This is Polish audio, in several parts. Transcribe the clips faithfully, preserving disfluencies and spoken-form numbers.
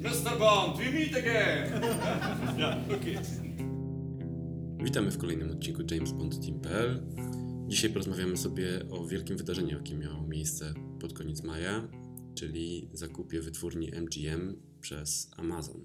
mister Bond, we meet again! Yeah, okay. Witamy w kolejnym odcinku James Bond Team kropka p l. Dzisiaj porozmawiamy sobie o wielkim wydarzeniu, jakie miało miejsce pod koniec maja, czyli zakupie wytwórni M G M przez Amazon.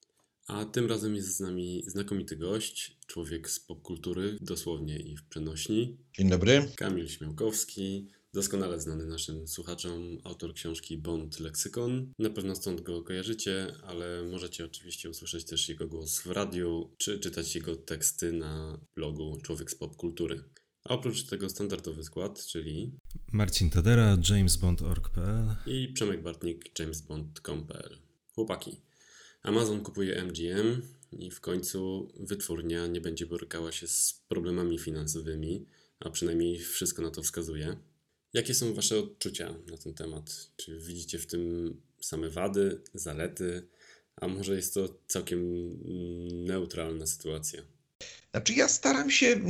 A tym razem jest z nami znakomity gość, człowiek z popkultury, dosłownie i w przenośni. Dzień dobry. Kamil Śmiałkowski, doskonale znany naszym słuchaczom, autor książki Bond Leksykon. Na pewno stąd go kojarzycie, ale możecie oczywiście usłyszeć też jego głos w radiu, czy czytać jego teksty na blogu Człowiek z popkultury. A oprócz tego standardowy skład, czyli Marcin Tadera, jamesbond kropka org kropka p l i Przemek Bartnik, jamesbond kropka com kropka p l. Chłopaki, Amazon kupuje M G M i w końcu wytwórnia nie będzie borykała się z problemami finansowymi, a przynajmniej wszystko na to wskazuje. Jakie są wasze odczucia na ten temat? Czy widzicie w tym same wady, zalety, a może jest to całkiem neutralna sytuacja? Znaczy ja staram się,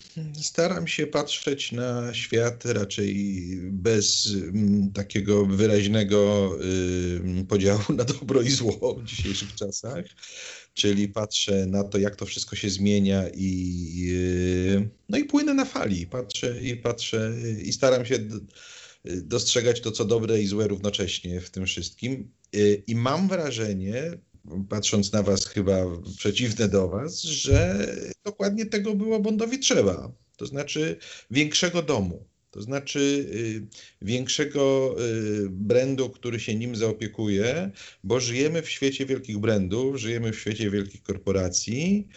staram się patrzeć na świat raczej bez takiego wyraźnego podziału na dobro i zło w dzisiejszych czasach. Czyli patrzę na to, jak to wszystko się zmienia i, no i płynę na fali. Patrzę i patrzę i staram się dostrzegać to, co dobre i złe równocześnie w tym wszystkim. I mam wrażenie, patrząc na was chyba przeciwne do was, że dokładnie tego było Bondowi trzeba. To znaczy większego domu. To znaczy y, większego y, brandu, który się nim zaopiekuje, bo żyjemy w świecie wielkich brandów, żyjemy w świecie wielkich korporacji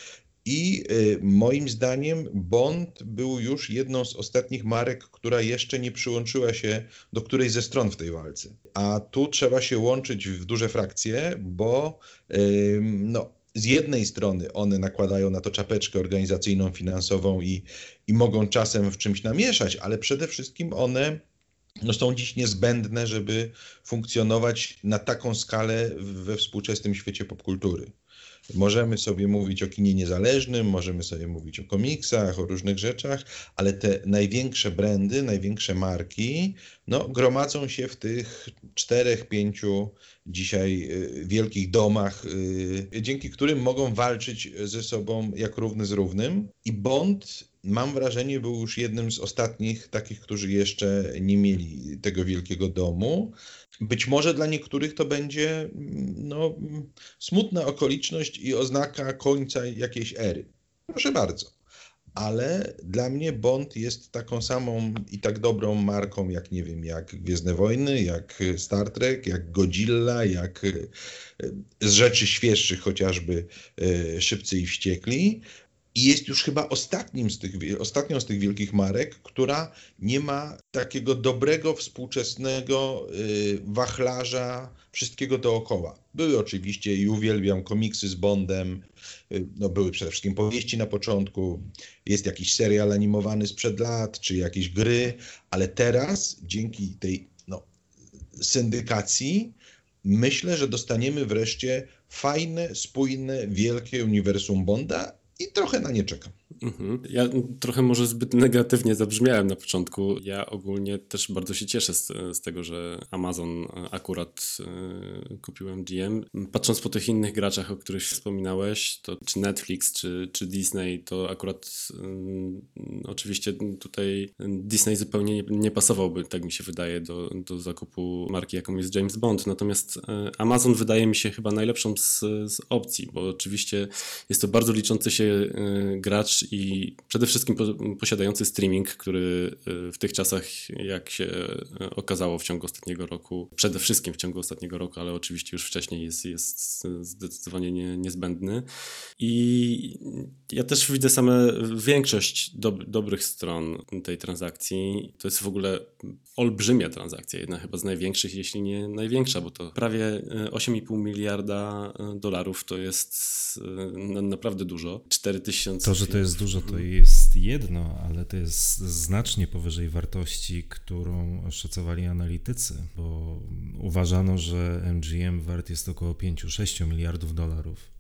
i y, moim zdaniem Bond był już jedną z ostatnich marek, która jeszcze nie przyłączyła się do którejś ze stron w tej walce. A tu trzeba się łączyć w duże frakcje, bo y, no, z jednej strony one nakładają na to czapeczkę organizacyjną, finansową i, i mogą czasem w czymś namieszać, ale przede wszystkim one no, są dziś niezbędne, żeby funkcjonować na taką skalę we współczesnym świecie popkultury. Możemy sobie mówić o kinie niezależnym, możemy sobie mówić o komiksach, o różnych rzeczach, ale te największe brandy, największe marki, no, gromadzą się w tych czterech, pięciu dzisiaj wielkich domach, dzięki którym mogą walczyć ze sobą jak równy z równym. I Bond, mam wrażenie, był już jednym z ostatnich takich, którzy jeszcze nie mieli tego wielkiego domu. Być może dla niektórych to będzie no, smutna okoliczność i oznaka końca jakiejś ery. Proszę bardzo. Ale dla mnie Bond jest taką samą i tak dobrą marką, jak nie wiem, jak Gwiezdne Wojny, jak Star Trek, jak Godzilla, jak z rzeczy świeższych chociażby Szybcy i Wściekli. I jest już chyba ostatnim z tych, ostatnią z tych wielkich marek, która nie ma takiego dobrego, współczesnego y, wachlarza wszystkiego dookoła. Były oczywiście i uwielbiam komiksy z Bondem, y, no były przede wszystkim powieści na początku, jest jakiś serial animowany sprzed lat, czy jakieś gry, ale teraz dzięki tej no, syndykacji myślę, że dostaniemy wreszcie fajne, spójne, wielkie uniwersum Bonda. I trochę na nie czekam. Mhm. Ja trochę może zbyt negatywnie zabrzmiałem na początku. Ja ogólnie też bardzo się cieszę z, z tego, że Amazon akurat y, kupił M G M. Patrząc po tych innych graczach, o których wspominałeś, to czy Netflix, czy, czy Disney, to akurat y, oczywiście tutaj Disney zupełnie nie, nie pasowałby, tak mi się wydaje, do, do zakupu marki, jaką jest James Bond. Natomiast y, Amazon wydaje mi się chyba najlepszą z, z opcji, bo oczywiście jest to bardzo liczący się y, gracz i przede wszystkim posiadający streaming, który w tych czasach, jak się okazało w ciągu ostatniego roku, przede wszystkim w ciągu ostatniego roku, ale oczywiście już wcześniej jest, jest zdecydowanie nie, niezbędny. I ja też widzę same większość dob- dobrych stron tej transakcji. To jest w ogóle olbrzymia transakcja, jedna chyba z największych, jeśli nie największa, bo to prawie osiem i pół miliarda dolarów to jest naprawdę dużo. cztery tysiące To, że to jest dużo, to jest jedno, ale to jest znacznie powyżej wartości, którą szacowali analitycy, bo uważano, że M G M wart jest około pięć do sześciu miliardów dolarów.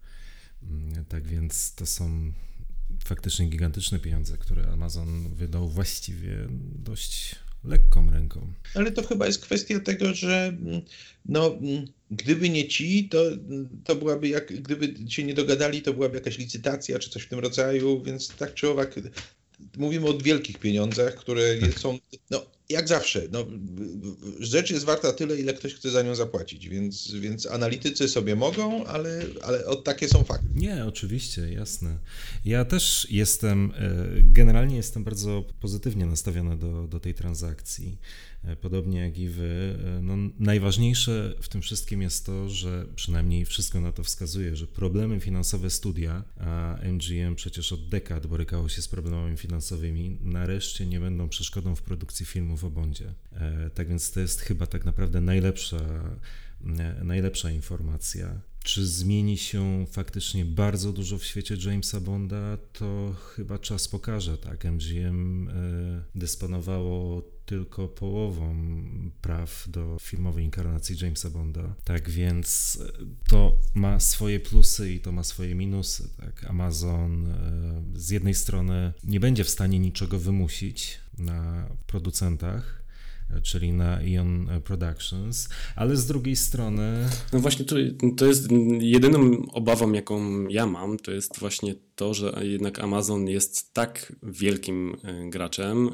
Tak więc to są faktycznie gigantyczne pieniądze, które Amazon wydał właściwie dość lekką ręką. Ale to chyba jest kwestia tego, że no, gdyby nie ci, to, to byłaby jak, gdyby się nie dogadali, to byłaby jakaś licytacja czy coś w tym rodzaju, więc tak czy owak mówimy o wielkich pieniądzach, które są, no jak zawsze, no, rzecz jest warta tyle, ile ktoś chce za nią zapłacić, więc, więc analitycy sobie mogą, ale, ale o, takie są fakty. Nie, oczywiście, jasne. Ja też jestem, generalnie jestem bardzo pozytywnie nastawiony do, do tej transakcji. Podobnie jak i wy. No, najważniejsze w tym wszystkim jest to, że przynajmniej wszystko na to wskazuje, że problemy finansowe studia, a M G M przecież od dekad borykało się z problemami finansowymi, nareszcie nie będą przeszkodą w produkcji filmów o Bondzie. Tak więc to jest chyba tak naprawdę najlepsza, najlepsza informacja. Czy zmieni się faktycznie bardzo dużo w świecie Jamesa Bonda, to chyba czas pokaże, tak? M G M dysponowało tylko połową praw do filmowej inkarnacji Jamesa Bonda. Tak więc to ma swoje plusy i to ma swoje minusy. Tak? Amazon z jednej strony nie będzie w stanie niczego wymusić na producentach, czyli na Eon Productions, ale z drugiej strony... No właśnie to, to jest jedyną obawą, jaką ja mam, to jest właśnie to, że jednak Amazon jest tak wielkim graczem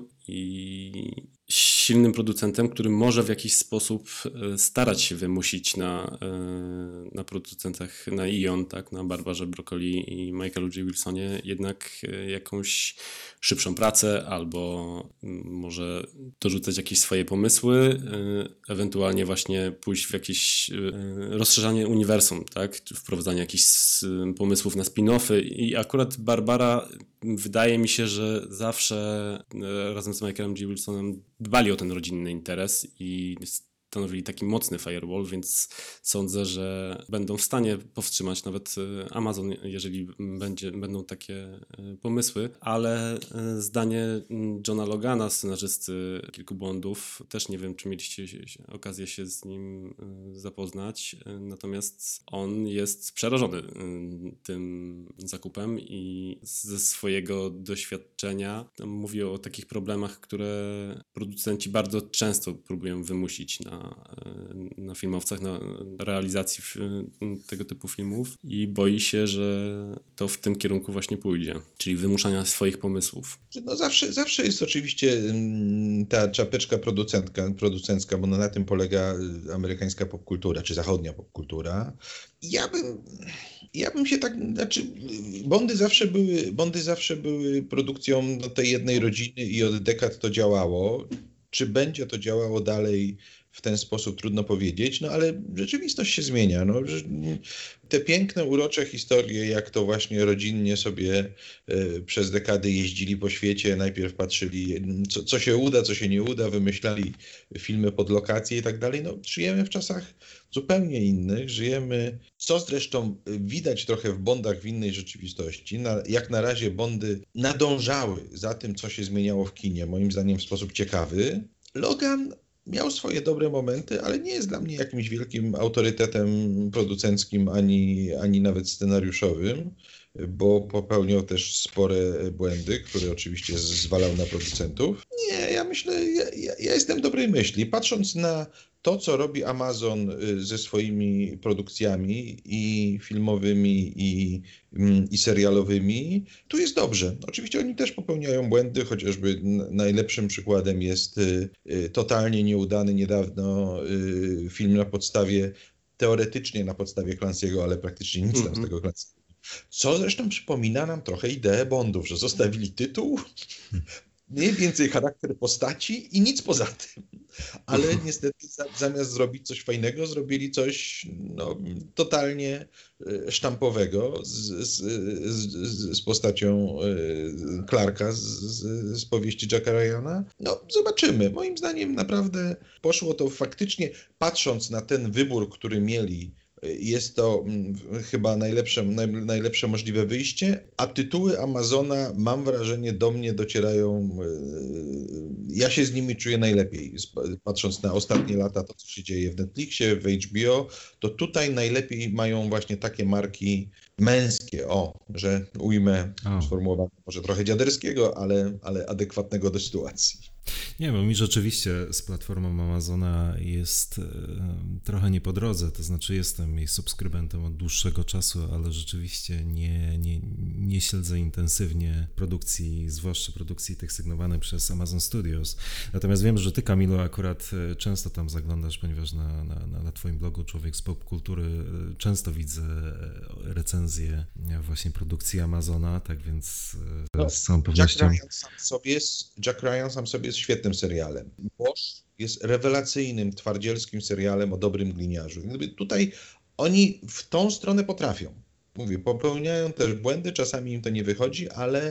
i silnym producentem, który może w jakiś sposób starać się wymusić na, na producentach, na Eon, tak, na Barbarze Broccoli i Michaelu J. Wilsonie jednak jakąś szybszą pracę albo może dorzucać jakieś swoje pomysły, ewentualnie właśnie pójść w jakieś rozszerzanie uniwersum, tak, wprowadzanie jakichś pomysłów na spin-offy i akurat Barbara wydaje mi się, że zawsze razem z Michaelem J. Wilsonem dbali o ten rodzinny interes i stanowili taki mocny firewall, więc sądzę, że będą w stanie powstrzymać nawet Amazon, jeżeli będzie, będą takie pomysły, ale zdanie Johna Logana, scenarzysty kilku Bondów, też nie wiem, czy mieliście okazję się z nim zapoznać, natomiast on jest przerażony tym zakupem i ze swojego doświadczenia mówi o takich problemach, które producenci bardzo często próbują wymusić na na filmowcach, na realizacji tego typu filmów i boi się, że to w tym kierunku właśnie pójdzie, czyli wymuszania swoich pomysłów. No zawsze, zawsze jest oczywiście ta czapeczka producentka, producencka, bo na tym polega amerykańska popkultura, czy zachodnia popkultura. Ja bym, ja bym się tak, znaczy Bondy zawsze były, Bondy zawsze były produkcją no, tej jednej rodziny i od dekad to działało. Czy będzie to działało dalej w ten sposób, trudno powiedzieć, no ale rzeczywistość się zmienia. No, te piękne, urocze historie, jak to właśnie rodzinnie sobie przez dekady jeździli po świecie, najpierw patrzyli, co, co się uda, co się nie uda, wymyślali filmy pod lokacje i tak dalej. No, żyjemy w czasach zupełnie innych, żyjemy, co zresztą widać trochę w Bondach w innej rzeczywistości. Na, jak na razie Bondy nadążały za tym, co się zmieniało w kinie, moim zdaniem w sposób ciekawy. Logan miał swoje dobre momenty, ale nie jest dla mnie jakimś wielkim autorytetem producenckim, ani, ani nawet scenariuszowym, bo popełniał też spore błędy, które oczywiście zwalał na producentów. Nie, ja myślę, ja, ja, ja jestem dobrej myśli. Patrząc na to, co robi Amazon ze swoimi produkcjami i filmowymi, i, i serialowymi, tu jest dobrze. Oczywiście oni też popełniają błędy, chociażby najlepszym przykładem jest totalnie nieudany niedawno film na podstawie, teoretycznie na podstawie Clancy'ego, ale praktycznie nic tam mm-hmm. z tego Clancy'ego. Co zresztą przypomina nam trochę ideę Bondów, że zostawili tytuł, mniej więcej charakter postaci i nic poza tym. Ale niestety zamiast zrobić coś fajnego, zrobili coś no, totalnie sztampowego z, z, z, z postacią Clarka z, z, z powieści Jacka Ryana. No zobaczymy. Moim zdaniem naprawdę poszło to faktycznie, patrząc na ten wybór, który mieli, jest to chyba najlepsze, naj, najlepsze możliwe wyjście, a tytuły Amazona, mam wrażenie, do mnie docierają, ja się z nimi czuję najlepiej. Patrząc na ostatnie lata, to co się dzieje w Netflixie, w H B O, to tutaj najlepiej mają właśnie takie marki męskie, o, że ujmę sformułowanie może trochę dziaderskiego, ale, ale adekwatnego do sytuacji. Nie, bo mi rzeczywiście z platformą Amazona jest e, trochę nie po drodze, to znaczy jestem jej subskrybentem od dłuższego czasu, ale rzeczywiście nie, nie, nie śledzę intensywnie produkcji, zwłaszcza produkcji tych sygnowanych przez Amazon Studios. Natomiast wiem, że ty, Kamilu, akurat często tam zaglądasz, ponieważ na, na, na twoim blogu Człowiek z Popkultury często widzę recenzje właśnie produkcji Amazona, tak więc no, z całą pewnością... Jack Ryan sam sobie jest, Jack Ryan sam sobie jest świetnym serialem. Bosch jest rewelacyjnym, twardzielskim serialem o dobrym gliniarzu. Gdyby tutaj oni w tą stronę potrafią. Mówię, popełniają też błędy, czasami im to nie wychodzi, ale,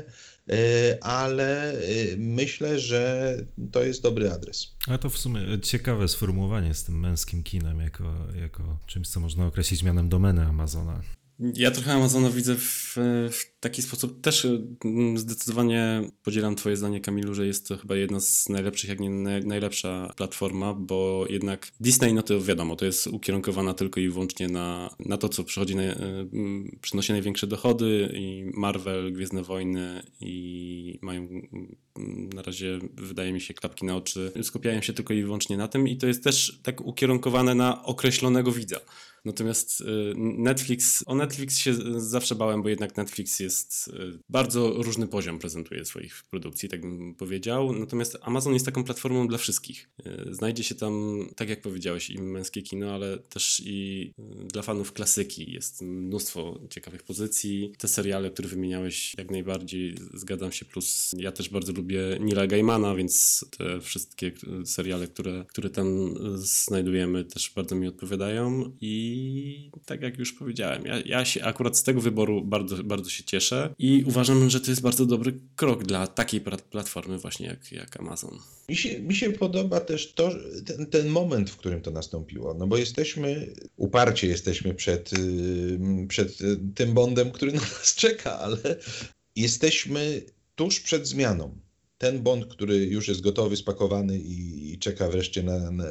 ale myślę, że to jest dobry adres. A to w sumie ciekawe sformułowanie z tym męskim kinem, jako, jako czymś, co można określić mianem domeny Amazona. Ja trochę Amazona widzę w, w taki sposób, też zdecydowanie podzielam twoje zdanie, Kamilu, że jest to chyba jedna z najlepszych, jak nie najlepsza platforma, bo jednak Disney, no to wiadomo, to jest ukierunkowana tylko i wyłącznie na, na to, co przychodzi, na, przynosi największe dochody, i Marvel, Gwiezdne Wojny, i mają na razie, wydaje mi się, klapki na oczy, skupiają się tylko i wyłącznie na tym, i to jest też tak ukierunkowane na określonego widza. Natomiast Netflix, o Netflix się zawsze bałem, bo jednak Netflix jest bardzo różny poziom prezentuje swoich produkcji, tak bym powiedział. Natomiast Amazon jest taką platformą dla wszystkich. Znajdzie się tam, tak jak powiedziałeś, i męskie kino, ale też i dla fanów klasyki jest mnóstwo ciekawych pozycji. Te seriale, które wymieniałeś, jak najbardziej zgadzam się, plus ja też bardzo lubię Neila Gaimana, więc te wszystkie seriale, które, które tam znajdujemy, też bardzo mi odpowiadają. I I tak jak już powiedziałem, ja, ja się akurat z tego wyboru bardzo, bardzo się cieszę i uważam, że to jest bardzo dobry krok dla takiej platformy właśnie jak, jak Amazon. Mi się, mi się podoba też to, ten, ten moment, w którym to nastąpiło, no bo jesteśmy, uparcie jesteśmy przed, przed tym bondem, który na nas czeka, ale jesteśmy tuż przed zmianą. Ten Bond, który już jest gotowy, spakowany i, i czeka wreszcie na, na,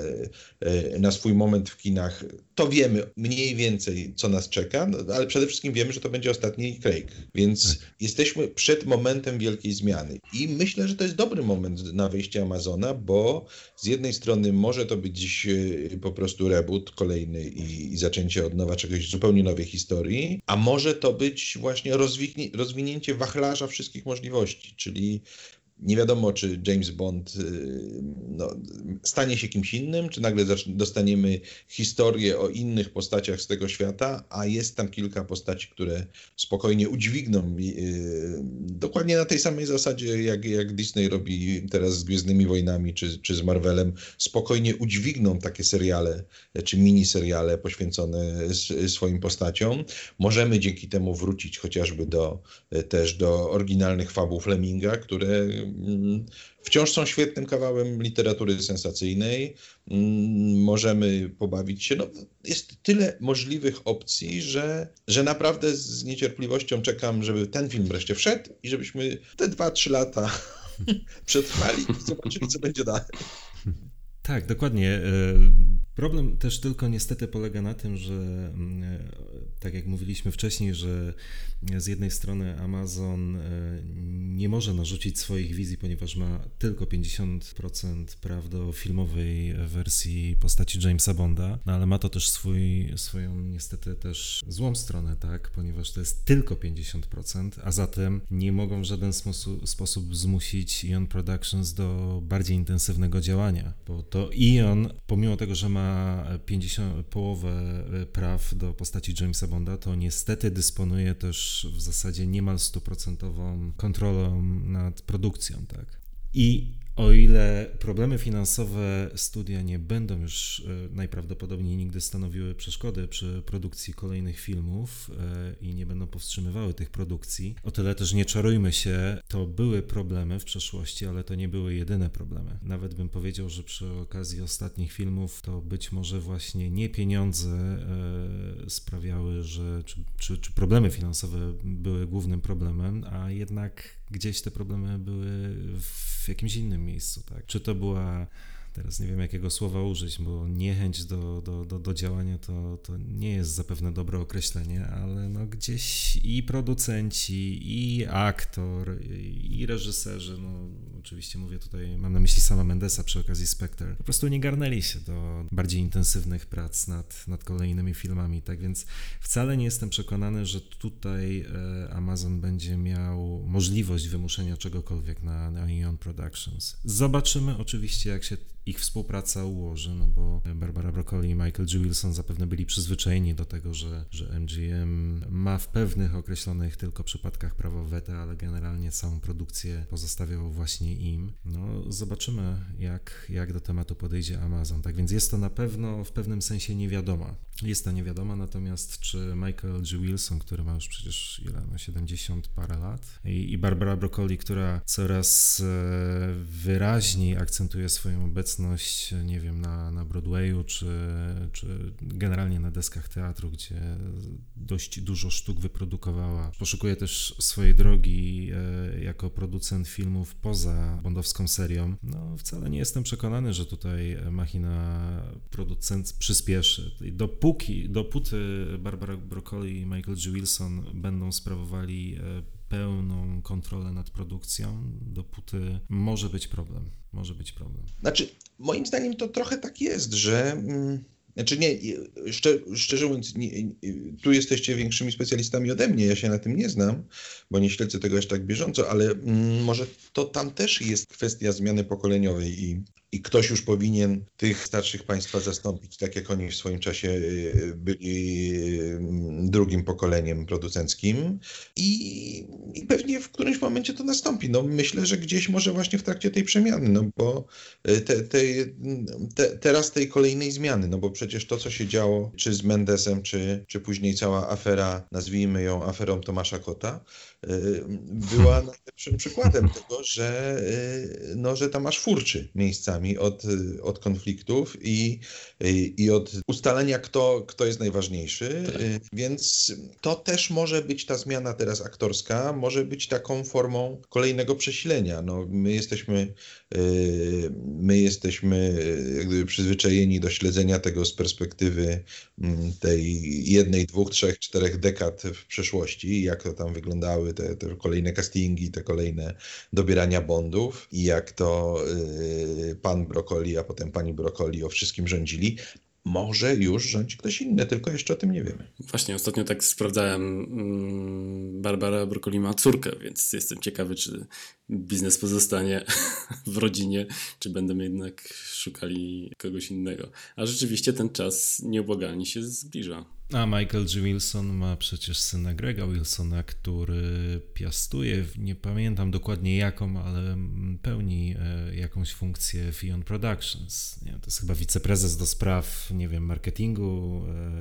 na swój moment w kinach, to wiemy mniej więcej, co nas czeka, no, ale przede wszystkim wiemy, że to będzie ostatni Craig. Więc tak. Jesteśmy przed momentem wielkiej zmiany. I myślę, że to jest dobry moment na wejście Amazona, bo z jednej strony może to być dziś po prostu reboot kolejny i, i zaczęcie od nowa czegoś zupełnie nowej historii, a może to być właśnie rozwinie, rozwinięcie wachlarza wszystkich możliwości, czyli nie wiadomo, czy James Bond no, stanie się kimś innym, czy nagle dostaniemy historię o innych postaciach z tego świata, a jest tam kilka postaci, które spokojnie udźwigną yy, dokładnie na tej samej zasadzie, jak, jak Disney robi teraz z Gwiezdnymi Wojnami, czy, czy z Marvelem, spokojnie udźwigną takie seriale, czy miniseriale poświęcone swoim postaciom. Możemy dzięki temu wrócić chociażby do, też do oryginalnych fabuł Fleminga, które wciąż są świetnym kawałem literatury sensacyjnej. Możemy pobawić się. No, jest tyle możliwych opcji, że, że naprawdę z niecierpliwością czekam, żeby ten film wreszcie wszedł i żebyśmy te dwa, trzy lata przetrwali i zobaczyli, co będzie dalej. Tak, dokładnie. Problem też tylko niestety polega na tym, że tak jak mówiliśmy wcześniej, że z jednej strony Amazon nie może narzucić swoich wizji, ponieważ ma tylko pięćdziesiąt procent praw do filmowej wersji postaci Jamesa Bonda, no ale ma to też swój, swoją niestety też złą stronę, tak, ponieważ to jest tylko pięćdziesiąt procent, a zatem nie mogą w żaden sposób, sposób zmusić Eon Productions do bardziej intensywnego działania, bo to Eon, pomimo tego, że ma pięćdziesiąt, połowę praw do postaci Jamesa Bonda, to niestety dysponuje też w zasadzie niemal stuprocentową kontrolą nad produkcją, tak. I o ile problemy finansowe studia nie będą już najprawdopodobniej nigdy stanowiły przeszkody przy produkcji kolejnych filmów i nie będą powstrzymywały tych produkcji, o tyle też nie czarujmy się, to były problemy w przeszłości, ale to nie były jedyne problemy. Nawet bym powiedział, że przy okazji ostatnich filmów to być może właśnie nie pieniądze sprawiały, że czy, czy, czy problemy finansowe były głównym problemem, a jednak gdzieś te problemy były w jakimś innym miejscu, tak? Czy to była teraz nie wiem jakiego słowa użyć, bo niechęć do, do, do, do działania to, to nie jest zapewne dobre określenie, ale no gdzieś i producenci, i aktor, i reżyserzy, no oczywiście mówię tutaj, mam na myśli sama Mendesa przy okazji Spectre, po prostu nie garnęli się do bardziej intensywnych prac nad, nad kolejnymi filmami, tak więc wcale nie jestem przekonany, że tutaj Amazon będzie miał możliwość wymuszenia czegokolwiek na, na Eon Productions. Zobaczymy oczywiście, jak się ich współpraca ułoży, no bo Barbara Broccoli i Michael G. Wilson zapewne byli przyzwyczajeni do tego, że, że M G M ma w pewnych określonych tylko przypadkach prawo weta, ale generalnie całą produkcję pozostawiał właśnie im. No zobaczymy, jak, jak do tematu podejdzie Amazon. Tak więc jest to na pewno w pewnym sensie niewiadoma. Jest to niewiadoma, natomiast czy Michael G. Wilson, który ma już przecież ile, no siedemdziesiąt parę lat i, i Barbara Broccoli, która coraz e, wyraźniej akcentuje swoją obecność, nie wiem, na, na Broadwayu, czy, czy generalnie na deskach teatru, gdzie dość dużo sztuk wyprodukowała. Poszukuje też swojej drogi e, jako producent filmów poza bondowską serią. No wcale nie jestem przekonany, że tutaj machina producent przyspieszy. Dopóki, dopóty Barbara Broccoli i Michael G. Wilson będą sprawowali pełną kontrolę nad produkcją, dopóty może być problem. Może być problem. Znaczy, moim zdaniem to trochę tak jest, że... Mm... Znaczy nie, szczer, szczerze mówiąc, nie, tu jesteście większymi specjalistami ode mnie, ja się na tym nie znam, bo nie śledzę tego aż tak bieżąco, ale mm, może to tam też jest kwestia zmiany pokoleniowej i, i ktoś już powinien tych starszych państwa zastąpić, tak jak oni w swoim czasie byli drugim pokoleniem producenckim i, i pewnie w którymś momencie to nastąpi. No myślę, że gdzieś może właśnie w trakcie tej przemiany, no bo te, te, te, teraz tej kolejnej zmiany, no bo przecież to, co się działo, czy z Mendesem, czy, czy później cała afera, nazwijmy ją aferą Tomasza Kota, była najlepszym przykładem tego, że, no, że tam aż furczy miejscami od, od konfliktów i, i od ustalenia, kto, kto jest najważniejszy. Więc to też może być ta zmiana teraz aktorska, może być taką formą kolejnego przesilenia. No, my jesteśmy, my jesteśmy jak gdyby przyzwyczajeni do śledzenia tego z perspektywy tej jednej, dwóch, trzech, czterech dekad w przeszłości, jak to tam wyglądały te, te kolejne castingi, te kolejne dobierania Bondów i jak to y, pan Broccoli, a potem pani Broccoli o wszystkim rządzili. Może już rządzi ktoś inny, tylko jeszcze o tym nie wiemy. Właśnie, ostatnio tak sprawdzałem, Barbara Broccoli ma córkę, więc jestem ciekawy, czy biznes pozostanie w rodzinie, czy będą jednak szukali kogoś innego. A rzeczywiście ten czas nieubłagalnie się zbliża. A Michael G. Wilson ma przecież syna Grega Wilsona, który piastuje, nie pamiętam dokładnie jaką, ale pełni jakąś funkcję w Eon Productions. Nie, to jest chyba wiceprezes do spraw, nie wiem, marketingu,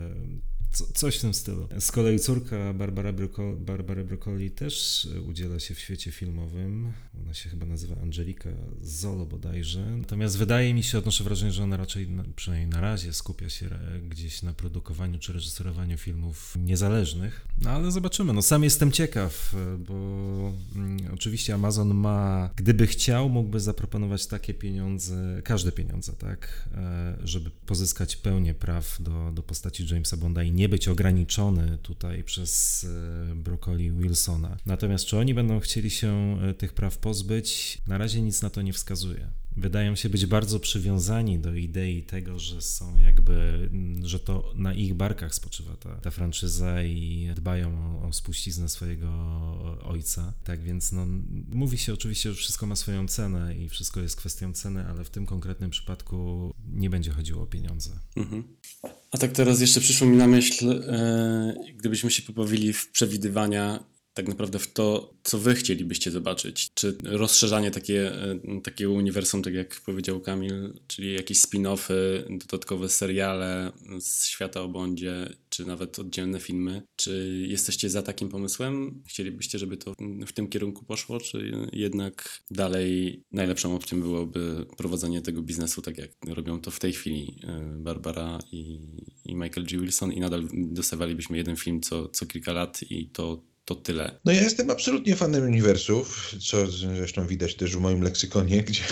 Co, coś w tym stylu. Z kolei córka Barbara Broccoli, Barbara Broccoli też udziela się w świecie filmowym. Ona się chyba nazywa Angelika Zolo bodajże. Natomiast wydaje mi się, odnoszę wrażenie, że ona raczej, przynajmniej na razie, skupia się gdzieś na produkowaniu czy reżyserowaniu filmów niezależnych. No ale zobaczymy. No sam jestem ciekaw, bo mm, oczywiście Amazon ma, gdyby chciał, mógłby zaproponować takie pieniądze, każde pieniądze, tak, żeby pozyskać pełnię praw do, do postaci Jamesa Bonda i nie być ograniczony tutaj przez Broccoli Wilsona. Natomiast czy oni będą chcieli się tych praw pozbyć? Na razie nic na to nie wskazuje. Wydają się być bardzo przywiązani do idei tego, że są jakby, że to na ich barkach spoczywa ta, ta franczyza i dbają o, o spuściznę swojego ojca. Tak więc no, mówi się oczywiście, że wszystko ma swoją cenę i wszystko jest kwestią ceny, ale w tym konkretnym przypadku nie będzie chodziło o pieniądze. Mhm. A tak teraz jeszcze przyszło mi na myśl, e, gdybyśmy się pobawili w przewidywania tak naprawdę w to, co wy chcielibyście zobaczyć. Czy rozszerzanie takie, takiego uniwersum, tak jak powiedział Kamil, czyli jakieś spin-offy, dodatkowe seriale z świata o Bondzie, czy nawet oddzielne filmy. Czy jesteście za takim pomysłem? Chcielibyście, żeby to w tym kierunku poszło, czy jednak dalej najlepszą opcją byłoby prowadzenie tego biznesu, tak jak robią to w tej chwili Barbara i, i Michael G. Wilson i nadal dostawalibyśmy jeden film co, co kilka lat i to to tyle. No ja jestem absolutnie fanem uniwersów, co zresztą widać też w moim leksykonie, gdzie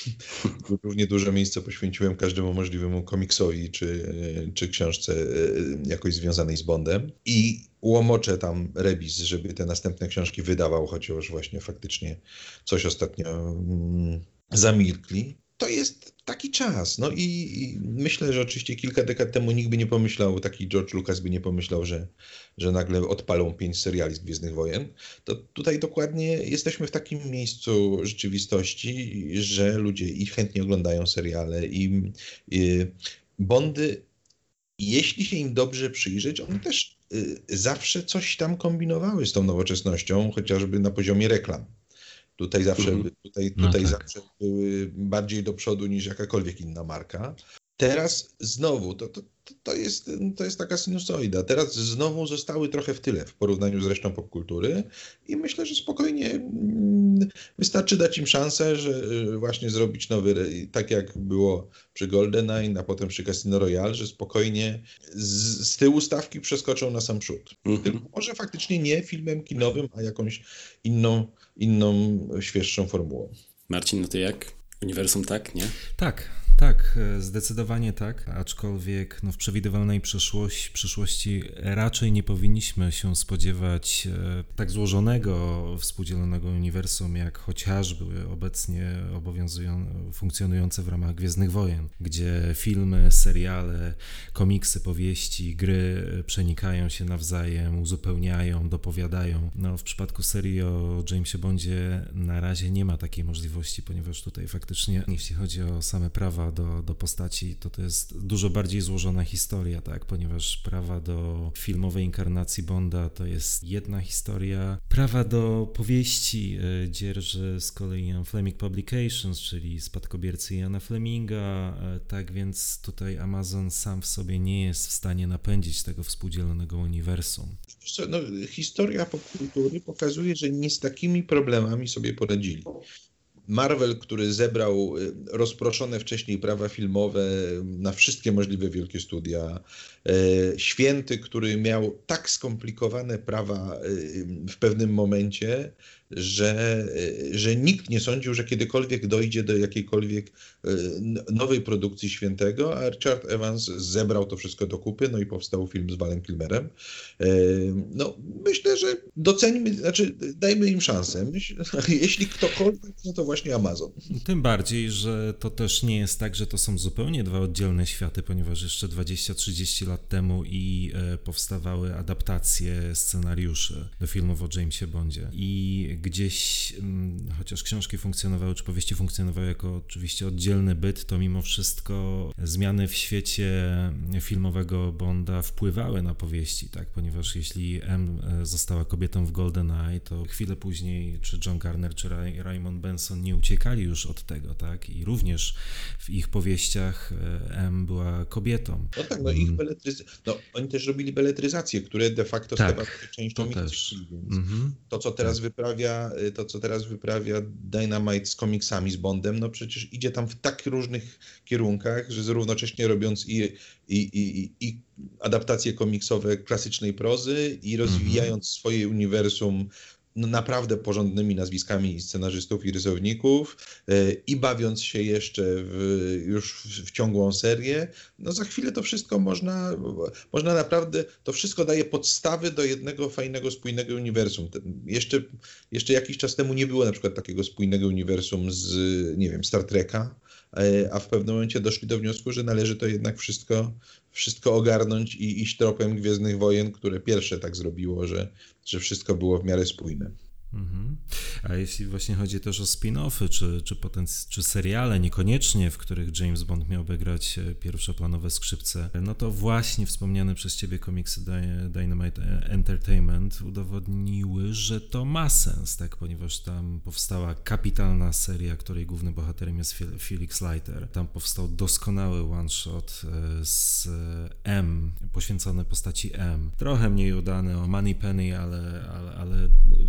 równie duże miejsce poświęciłem każdemu możliwemu komiksowi czy, czy książce jakoś związanej z Bondem. I łomoczę tam Rebis, żeby te następne książki wydawał, chociaż właśnie faktycznie coś ostatnio mm, zamilkli. To jest taki czas. No i, i myślę, że oczywiście kilka dekad temu nikt by nie pomyślał, taki George Lucas by nie pomyślał, że, że nagle odpalą pięć seriali z Gwiezdnych Wojen. To tutaj dokładnie jesteśmy w takim miejscu rzeczywistości, że ludzie i chętnie oglądają seriale i, i Bondy, jeśli się im dobrze przyjrzeć, one też y, zawsze coś tam kombinowały z tą nowoczesnością, chociażby na poziomie reklam. Tutaj zawsze, Mhm. tutaj, No tutaj tak. zawsze były bardziej do przodu niż jakakolwiek inna marka. Teraz znowu, to, to, to, jest, to jest taka sinusoida, teraz znowu zostały trochę w tyle w porównaniu z resztą popkultury i myślę, że spokojnie mm, wystarczy dać im szansę, że y, właśnie zrobić nowy, tak jak było przy GoldenEye, a potem przy Casino Royale, że spokojnie z, z tyłu stawki przeskoczą na sam przód. Mhm. Tylko może faktycznie nie filmem kinowym, a jakąś inną, inną świeższą formułą. Marcin, no ty jak? Uniwersum tak, nie? Tak, tak, zdecydowanie tak, aczkolwiek no, w przewidywalnej przyszłości, przyszłości raczej nie powinniśmy się spodziewać e, tak złożonego współdzielonego uniwersum, jak chociażby obecnie obowiązują, funkcjonujące w ramach Gwiezdnych Wojen, gdzie filmy, seriale, komiksy, powieści, gry przenikają się nawzajem, uzupełniają, dopowiadają. No, w przypadku serii o Jamesie Bondzie na razie nie ma takiej możliwości, ponieważ tutaj faktycznie, jeśli chodzi o same prawa do, do postaci, to to jest dużo bardziej złożona historia, tak, ponieważ prawa do filmowej inkarnacji Bonda to jest jedna historia, prawa do powieści e, dzierży z kolei Ian Fleming Publications, czyli spadkobiercy Iana Fleminga, e, tak więc tutaj Amazon sam w sobie nie jest w stanie napędzić tego współdzielonego uniwersum. Co, no, historia popkultury pokazuje, że nie z takimi problemami sobie poradzili. Marvel, który zebrał rozproszone wcześniej prawa filmowe na wszystkie możliwe wielkie studia, Święty, który miał tak skomplikowane prawa w pewnym momencie, że, że nikt nie sądził, że kiedykolwiek dojdzie do jakiejkolwiek nowej produkcji Świętego, a Richard Evans zebrał to wszystko do kupy, no i powstał film z Valem Kilmerem. No, myślę, że doceńmy, znaczy dajmy im szansę. Myślę, jeśli ktokolwiek, no to właśnie Amazon. Tym bardziej, że to też nie jest tak, że to są zupełnie dwa oddzielne światy, ponieważ jeszcze dwadzieścia trzydzieści lat temu i e, powstawały adaptacje scenariuszy do filmów o Jamesie Bondzie i gdzieś, m, chociaż książki funkcjonowały, czy powieści funkcjonowały jako oczywiście oddzielny byt, to mimo wszystko zmiany w świecie filmowego Bonda wpływały na powieści, tak, ponieważ jeśli M została kobietą w GoldenEye, to chwilę później czy John Garner, czy Ray, Raymond Benson nie uciekali już od tego, tak, i również w ich powieściach M była kobietą. No tak, no ich beletryz... no, oni też robili beletryzacje, które de facto Tak, stawały się częścią to ich też. cykli, więc Mhm. to, co teraz wyprawia, to, co teraz wyprawia Dynamite z komiksami, z Bondem, no przecież idzie tam w tak różnych kierunkach, że równocześnie robiąc i, i, i, i adaptacje komiksowe klasycznej prozy i rozwijając mhm. swoje uniwersum no naprawdę porządnymi nazwiskami i scenarzystów i rysowników yy, i bawiąc się jeszcze w, już w, w ciągłą serię, no za chwilę to wszystko można, można naprawdę, to wszystko daje podstawy do jednego fajnego, spójnego uniwersum. Jeszcze, jeszcze jakiś czas temu nie było na przykład takiego spójnego uniwersum z, nie wiem, Star Treka, a w pewnym momencie doszli do wniosku, że należy to jednak wszystko, wszystko ogarnąć i iść tropem Gwiezdnych Wojen, które pierwsze tak zrobiło, że, że wszystko było w miarę spójne. Mhm. A jeśli właśnie chodzi też o spin-offy, czy, czy, potenc- czy seriale, niekoniecznie, w których James Bond miałby grać pierwszoplanowe skrzypce, no to właśnie wspomniane przez ciebie komiksy Dynamite Entertainment udowodniły, że to ma sens, tak, ponieważ tam powstała kapitalna seria, której głównym bohaterem jest Felix Leiter. Tam powstał doskonały one-shot z M, poświęcony postaci M. Trochę mniej udany o Moneypenny, ale, ale, ale faktycznie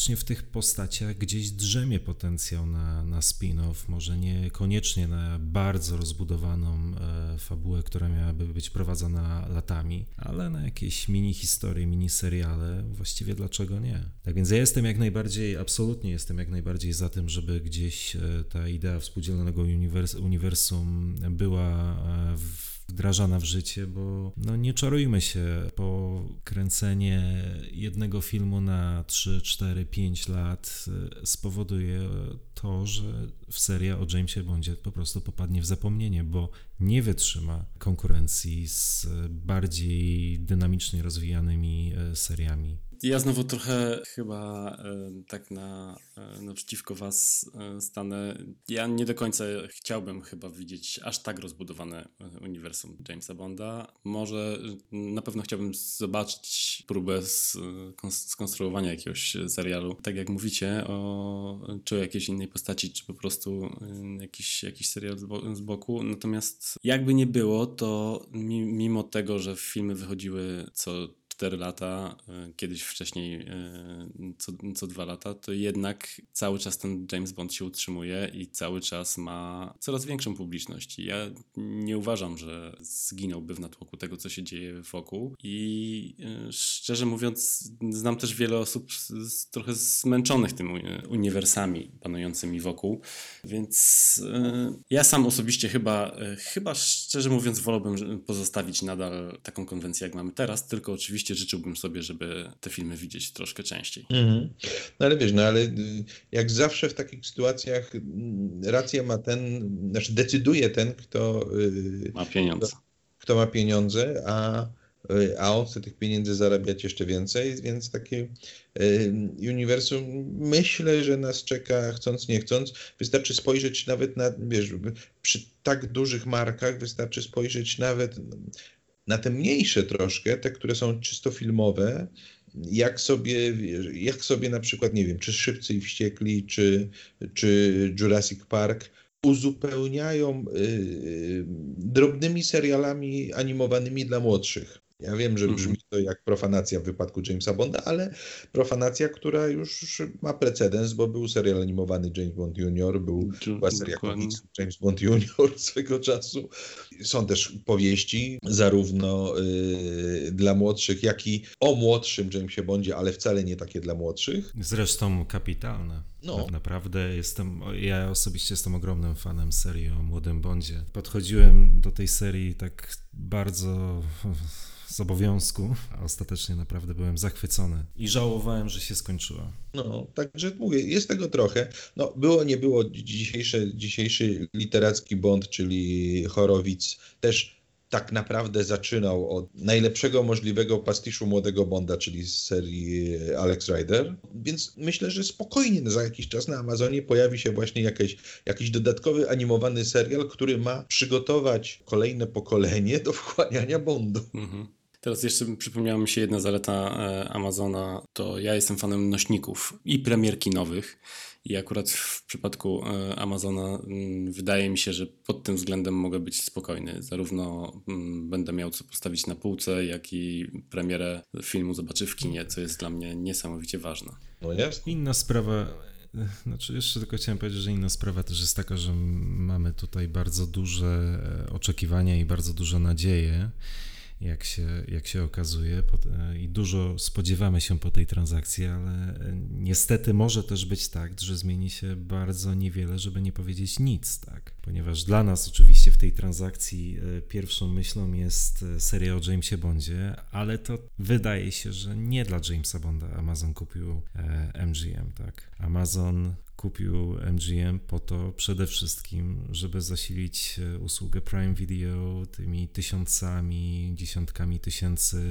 faktycznie w tych postaciach gdzieś drzemie potencjał na, na spin-off, może niekoniecznie na bardzo rozbudowaną e, fabułę, która miałaby być prowadzona latami, ale na jakieś mini historie, mini seriale, właściwie dlaczego nie? Tak więc ja jestem jak najbardziej, absolutnie jestem jak najbardziej za tym, żeby gdzieś e, ta idea współdzielonego uniwers- uniwersum była e, w wdrażana w życie, bo no nie czarujmy się, po kręcenie jednego filmu na trzy, cztery, pięć lat spowoduje to, że seria o Jamesie Bondzie po prostu popadnie w zapomnienie, bo nie wytrzyma konkurencji z bardziej dynamicznie rozwijanymi seriami. Ja znowu trochę chyba e, tak na, e, naprzeciwko was e, stanę. Ja nie do końca chciałbym chyba widzieć aż tak rozbudowane uniwersum Jamesa Bonda. Może na pewno chciałbym zobaczyć próbę z, skonstruowania jakiegoś serialu. Tak jak mówicie, o, czy o jakiejś innej postaci, czy po prostu jakiś, jakiś serial z, bo, z boku. Natomiast jakby nie było, to mi, mimo tego, że filmy wychodziły co cztery lata, kiedyś wcześniej co, co dwa lata, to jednak cały czas ten James Bond się utrzymuje i cały czas ma coraz większą publiczność. Ja nie uważam, że zginąłby w natłoku tego, co się dzieje wokół i szczerze mówiąc znam też wiele osób z, trochę zmęczonych tymi uniwersami panującymi wokół, więc ja sam osobiście chyba, chyba szczerze mówiąc wolałbym pozostawić nadal taką konwencję, jak mamy teraz, tylko oczywiście życzyłbym sobie, żeby te filmy widzieć troszkę częściej. Mhm. No ale wiesz, no ale jak zawsze w takich sytuacjach rację ma ten, znaczy decyduje ten, kto ma pieniądze. Kto, kto ma pieniądze, a, a on chce tych pieniędzy zarabiać jeszcze więcej, więc takie uniwersum myślę, że nas czeka chcąc nie chcąc. Wystarczy spojrzeć nawet na, wiesz, przy tak dużych markach wystarczy spojrzeć nawet na te mniejsze troszkę, te, które są czysto filmowe, jak sobie, jak sobie na przykład, nie wiem, czy Szybcy i Wściekli, czy, czy Jurassic Park uzupełniają y, drobnymi serialami animowanymi dla młodszych. Ja wiem, że brzmi to jak profanacja w wypadku Jamesa Bonda, ale profanacja, która już ma precedens, bo był serial animowany James Bond junior, był, była seria komiksów James Bond junior swego czasu. Są też powieści, zarówno y, dla młodszych, jak i o młodszym Jamesie Bondzie, ale wcale nie takie dla młodszych. Zresztą kapitalne. No. Naprawdę jestem, ja osobiście jestem ogromnym fanem serii o młodym Bondzie. Podchodziłem do tej serii tak bardzo z obowiązku, a ostatecznie naprawdę byłem zachwycony i żałowałem, że się skończyła. No, także mówię, jest tego trochę. No, było, nie było, dzisiejszy, dzisiejszy literacki Bond, czyli Horowitz, też tak naprawdę zaczynał od najlepszego możliwego pastiszu młodego Bonda, czyli z serii Alex Rider. Więc myślę, że spokojnie za jakiś czas na Amazonie pojawi się właśnie jakiś, jakiś dodatkowy animowany serial, który ma przygotować kolejne pokolenie do wchłaniania Bondu. Mhm. Teraz jeszcze przypomniała mi się jedna zaleta Amazona, to ja jestem fanem nośników i premier kinowych. I akurat w przypadku Amazona wydaje mi się, że pod tym względem mogę być spokojny. Zarówno będę miał co postawić na półce, jak i premierę filmu zobaczę w kinie, co jest dla mnie niesamowicie ważne. No jasne. Inna sprawa, znaczy jeszcze tylko chciałem powiedzieć, że inna sprawa też jest taka, że mamy tutaj bardzo duże oczekiwania i bardzo duże nadzieje, jak się, jak się okazuje, i dużo spodziewamy się po tej transakcji, ale niestety może też być tak, że zmieni się bardzo niewiele, żeby nie powiedzieć nic, tak? Ponieważ dla nas oczywiście w tej transakcji pierwszą myślą jest seria o Jamesie Bondzie, ale to wydaje się, że nie dla Jamesa Bonda Amazon kupił M G M, tak? Amazon kupił M G M po to przede wszystkim, żeby zasilić usługę Prime Video tymi tysiącami, dziesiątkami tysięcy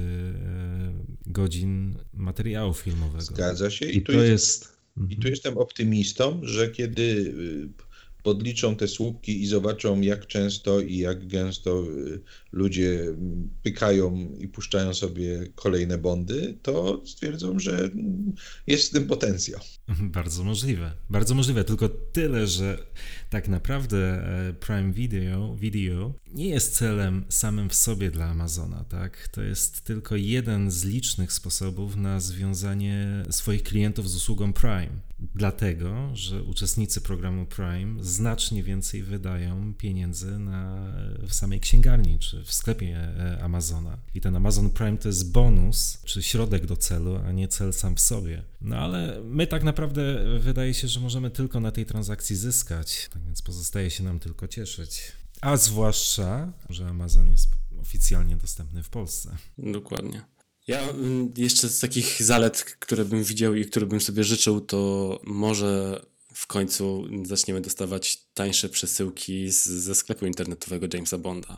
godzin materiału filmowego. Zgadza się. I, I tu to jest, jest... I tu jestem optymistą, że kiedy podliczą te słupki i zobaczą, jak często i jak gęsto ludzie pykają i puszczają sobie kolejne Bondy, to stwierdzą, że jest w tym potencjał. Bardzo możliwe, bardzo możliwe, tylko tyle, że tak naprawdę Prime Video, Video nie jest celem samym w sobie dla Amazona, tak? To jest tylko jeden z licznych sposobów na związanie swoich klientów z usługą Prime. Dlatego, że uczestnicy programu Prime znacznie więcej wydają pieniędzy na, w samej księgarni czy w sklepie Amazona. I ten Amazon Prime to jest bonus czy środek do celu, a nie cel sam w sobie. No ale my tak naprawdę wydaje się, że możemy tylko na tej transakcji zyskać, tak więc pozostaje się nam tylko cieszyć. A zwłaszcza, że Amazon jest oficjalnie dostępny w Polsce. Dokładnie. Ja jeszcze z takich zalet, które bym widział i które bym sobie życzył, to może w końcu zaczniemy dostawać tańsze przesyłki z, ze sklepu internetowego Jamesa Bonda,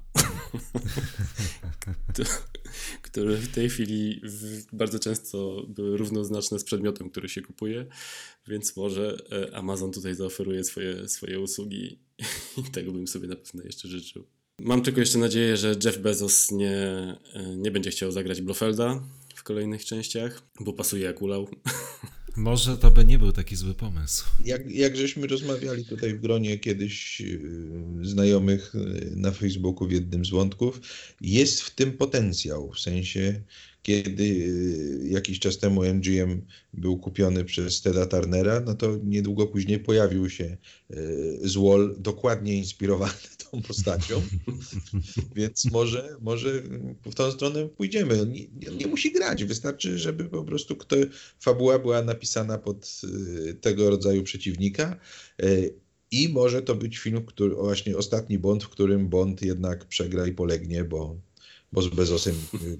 które w tej chwili bardzo często były równoznaczne z przedmiotem, który się kupuje, więc może Amazon tutaj zaoferuje swoje, swoje usługi i tego bym sobie na pewno jeszcze życzył. Mam tylko jeszcze nadzieję, że Jeff Bezos nie, nie będzie chciał zagrać Blofelda w kolejnych częściach, bo pasuje jak ulał. Może to by nie był taki zły pomysł. Jak, jak żeśmy rozmawiali tutaj w gronie kiedyś yy, znajomych yy, na Facebooku w jednym z wątków, jest w tym potencjał, w sensie kiedy yy, jakiś czas temu M G M był kupiony przez Teda Turnera, no to niedługo później pojawił się yy, Złol dokładnie inspirowany tą postacią, więc może, może w tą stronę pójdziemy. On nie, nie musi grać, wystarczy, żeby po prostu kto, fabuła była napisana pod yy, tego rodzaju przeciwnika. Yy, I może to być film, który, właśnie ostatni Bond, w którym Bond jednak przegra i polegnie, bo, bo z Bezosem...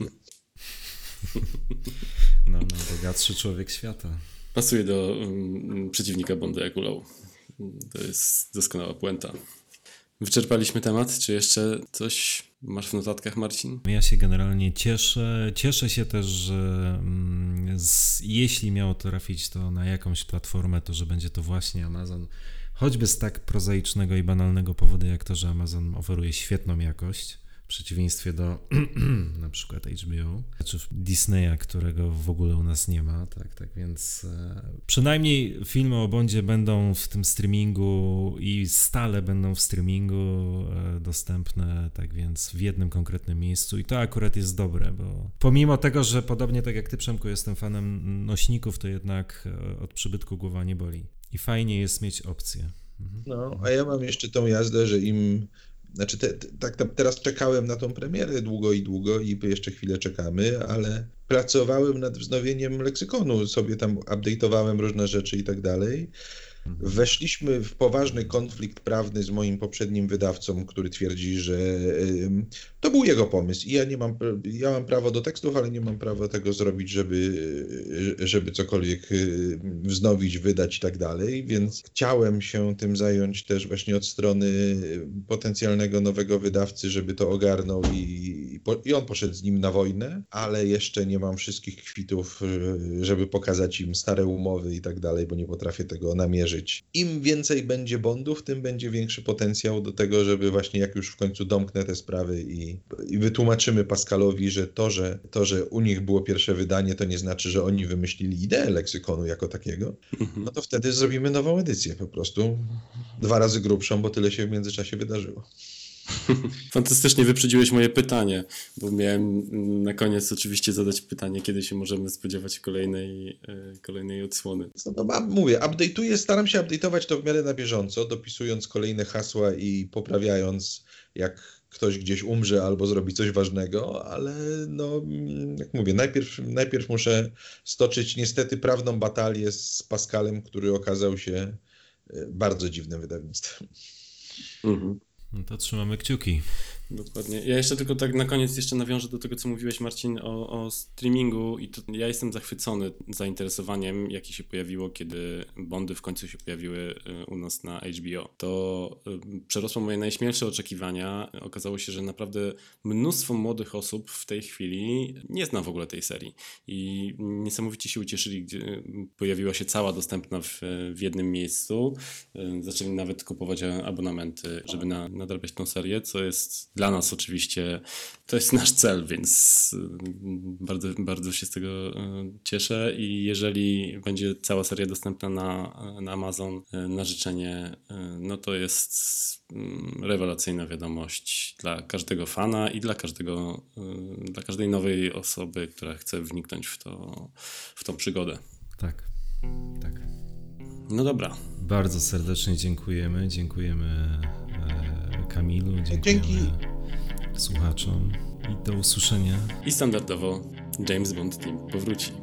No, najbogatszy człowiek świata. Pasuje do um, przeciwnika Bonda jak ulał. To jest doskonała puenta. Wyczerpaliśmy temat, czy jeszcze coś masz w notatkach, Marcin? Ja się generalnie cieszę. Cieszę się też, że mm, z, jeśli miało to trafić to na jakąś platformę, to że będzie to właśnie Amazon. Choćby z tak prozaicznego i banalnego powodu, jak to, że Amazon oferuje świetną jakość, w przeciwieństwie do na przykład H B O, czy Disneya, którego w ogóle u nas nie ma, tak, tak, więc e, przynajmniej filmy o Bondzie będą w tym streamingu i stale będą w streamingu e, dostępne, tak więc w jednym konkretnym miejscu i to akurat jest dobre, bo pomimo tego, że podobnie tak jak ty, Przemku, jestem fanem nośników, to jednak e, od przybytku głowa nie boli i fajnie jest mieć opcję. Mhm. No, a ja mam jeszcze tą jazdę, że im Znaczy, te, te, tak teraz czekałem na tą premierę długo i długo i jeszcze chwilę czekamy, ale pracowałem nad wznowieniem leksykonu, sobie tam update'owałem różne rzeczy i tak dalej. Weszliśmy w poważny konflikt prawny z moim poprzednim wydawcą, który twierdzi, że to był jego pomysł i ja nie mam, ja mam prawo do tekstów, ale nie mam prawa tego zrobić, żeby, żeby cokolwiek wznowić, wydać i tak dalej, więc chciałem się tym zająć też właśnie od strony potencjalnego nowego wydawcy, żeby to ogarnął i, i on poszedł z nim na wojnę, ale jeszcze nie mam wszystkich kwitów, żeby pokazać im stare umowy i tak dalej, bo nie potrafię tego namierzyć. Im więcej będzie Bondów, tym będzie większy potencjał do tego, żeby właśnie jak już w końcu domknę te sprawy i, i wytłumaczymy Pascalowi, że to, że to, że u nich było pierwsze wydanie, to nie znaczy, że oni wymyślili ideę leksykonu jako takiego, no to wtedy zrobimy nową edycję po prostu. Dwa razy grubszą, bo tyle się w międzyczasie wydarzyło. Fantastycznie wyprzedziłeś moje pytanie, bo miałem na koniec oczywiście zadać pytanie, kiedy się możemy spodziewać kolejnej, kolejnej odsłony. No, no mam, mówię, update'uję, staram się update'ować to w miarę na bieżąco, dopisując kolejne hasła i poprawiając, jak ktoś gdzieś umrze albo zrobi coś ważnego, ale no, jak mówię, najpierw, najpierw muszę stoczyć niestety prawną batalię z Pascalem, który okazał się bardzo dziwnym wydawnictwem. Mhm. No to trzymamy kciuki. Dokładnie. Ja jeszcze tylko tak na koniec jeszcze nawiążę do tego, co mówiłeś, Marcin, o, o streamingu i to ja jestem zachwycony zainteresowaniem, jakie się pojawiło, kiedy Bondy w końcu się pojawiły u nas na H B O. To przerosło moje najśmielsze oczekiwania. Okazało się, że naprawdę mnóstwo młodych osób w tej chwili nie zna w ogóle tej serii i niesamowicie się ucieszyli, gdzie pojawiła się cała dostępna w, w jednym miejscu. Zaczęli nawet kupować abonamenty, żeby na, nadrabiać tą serię, co jest dla nas oczywiście, to jest nasz cel, więc bardzo, bardzo się z tego cieszę i jeżeli będzie cała seria dostępna na, na Amazon na życzenie, no to jest rewelacyjna wiadomość dla każdego fana i dla każdego, dla każdej nowej osoby, która chce wniknąć w to, w tą przygodę. Tak, tak. No dobra. Bardzo serdecznie dziękujemy. Dziękujemy Kamilu, dziękujemy Dzięki słuchaczom i do usłyszenia. I standardowo James Bond Team powróci.